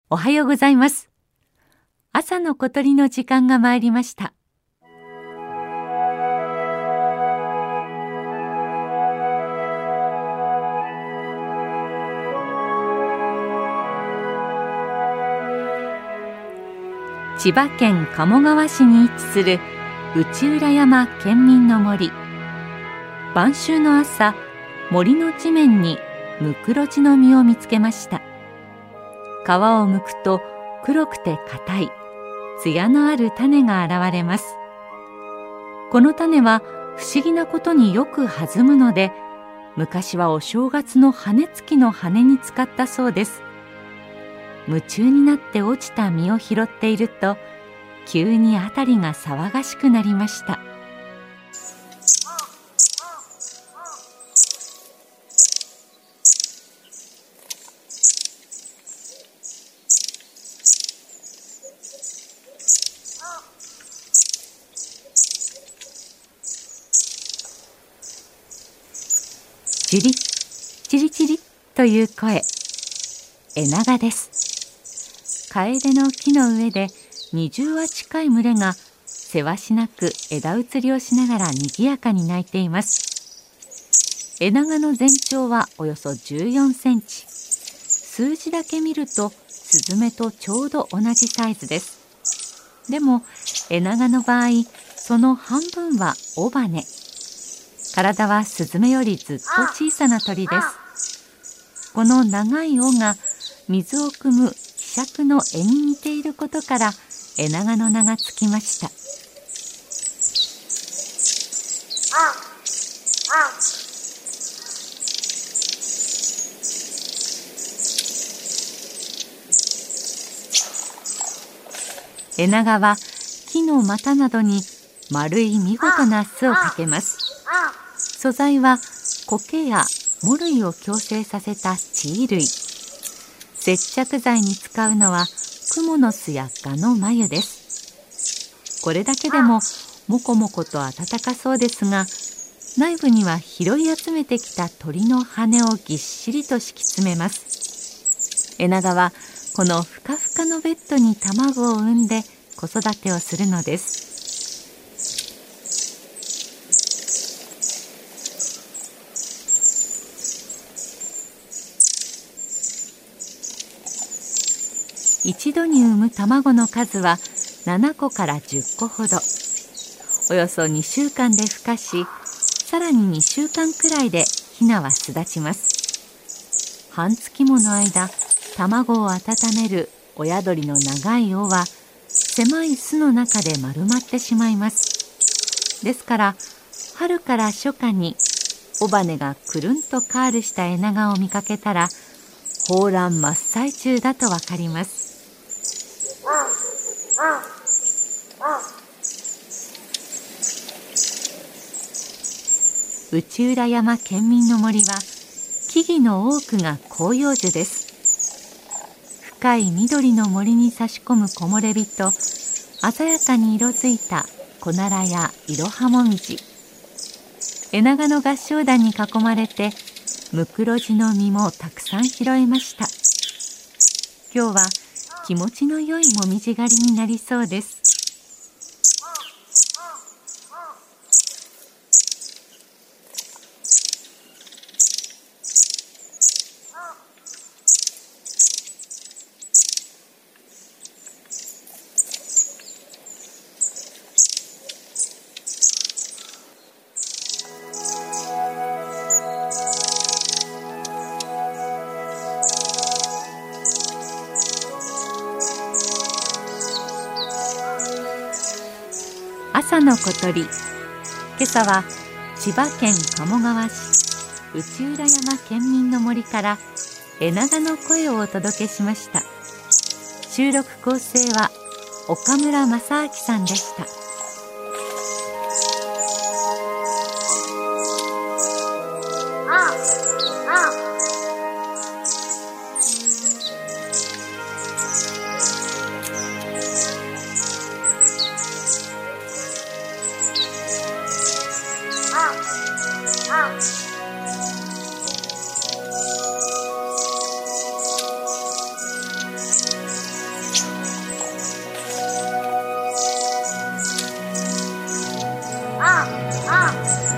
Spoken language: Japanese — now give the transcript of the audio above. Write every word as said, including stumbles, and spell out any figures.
おはようございます。朝の小鳥の時間が参りました。千葉県鴨川市に位置する内浦山県民の森。晩秋の朝、森の地面にムクロジの実を見つけました。皮を剥くと黒くて硬い艶のある種が現れます。この種は不思議なことによく弾むので、昔はお正月の羽つきの羽に使ったそうです。夢中になって落ちた実を拾っていると、急にあたりが騒がしくなりました。チリチリチリという声、エナガです。カエデの木の上でにじゅう羽近い群れがせわしなく枝移りをしながらにぎやかに鳴いています。エナガの全長はおよそじゅうよんセンチ。数字だけ見るとスズメとちょうど同じサイズです。でもエナガの場合、その半分は尾羽。体はスズメよりずっと小さな鳥です。この長い尾が水を汲む希釈の柄に似ていることからエナガの名がつきました。エナガは木の股などに丸い見事な巣をかけます。素材は苔や藻類を共生させた地衣類。接着剤に使うのはクモの巣やガの繭です。これだけでももこもこと暖かそうですが、内部には拾い集めてきた鳥の羽をぎっしりと敷き詰めます。エナガはこのふかふかのベッドに卵を産んで子育てをするのです。一度に産む卵の数はななこからじゅっこほど。およそにしゅうかんで孵化し、さらににしゅうかんくらいでヒナは巣立ちます。半月もの間、卵を温める親鳥の長い尾は狭い巣の中で丸まってしまいます。ですから春から初夏に尾羽がくるんとカールしたエナガを見かけたら、抱卵真っ最中だとわかります。内浦山県民の森は木々の多くが広葉樹です。深い緑の森に差し込む木漏れ日と鮮やかに色づいたコナラやイロハモミジ、エナガの合唱団に囲まれてムクロジの実もたくさん拾えました。今日は気持ちの良いもみじ狩りになりそうです。朝の小鳥。今朝は千葉県鴨川市内浦山県民の森からエナガの声をお届けしました。収録構成は岡村正明さんでした。 した。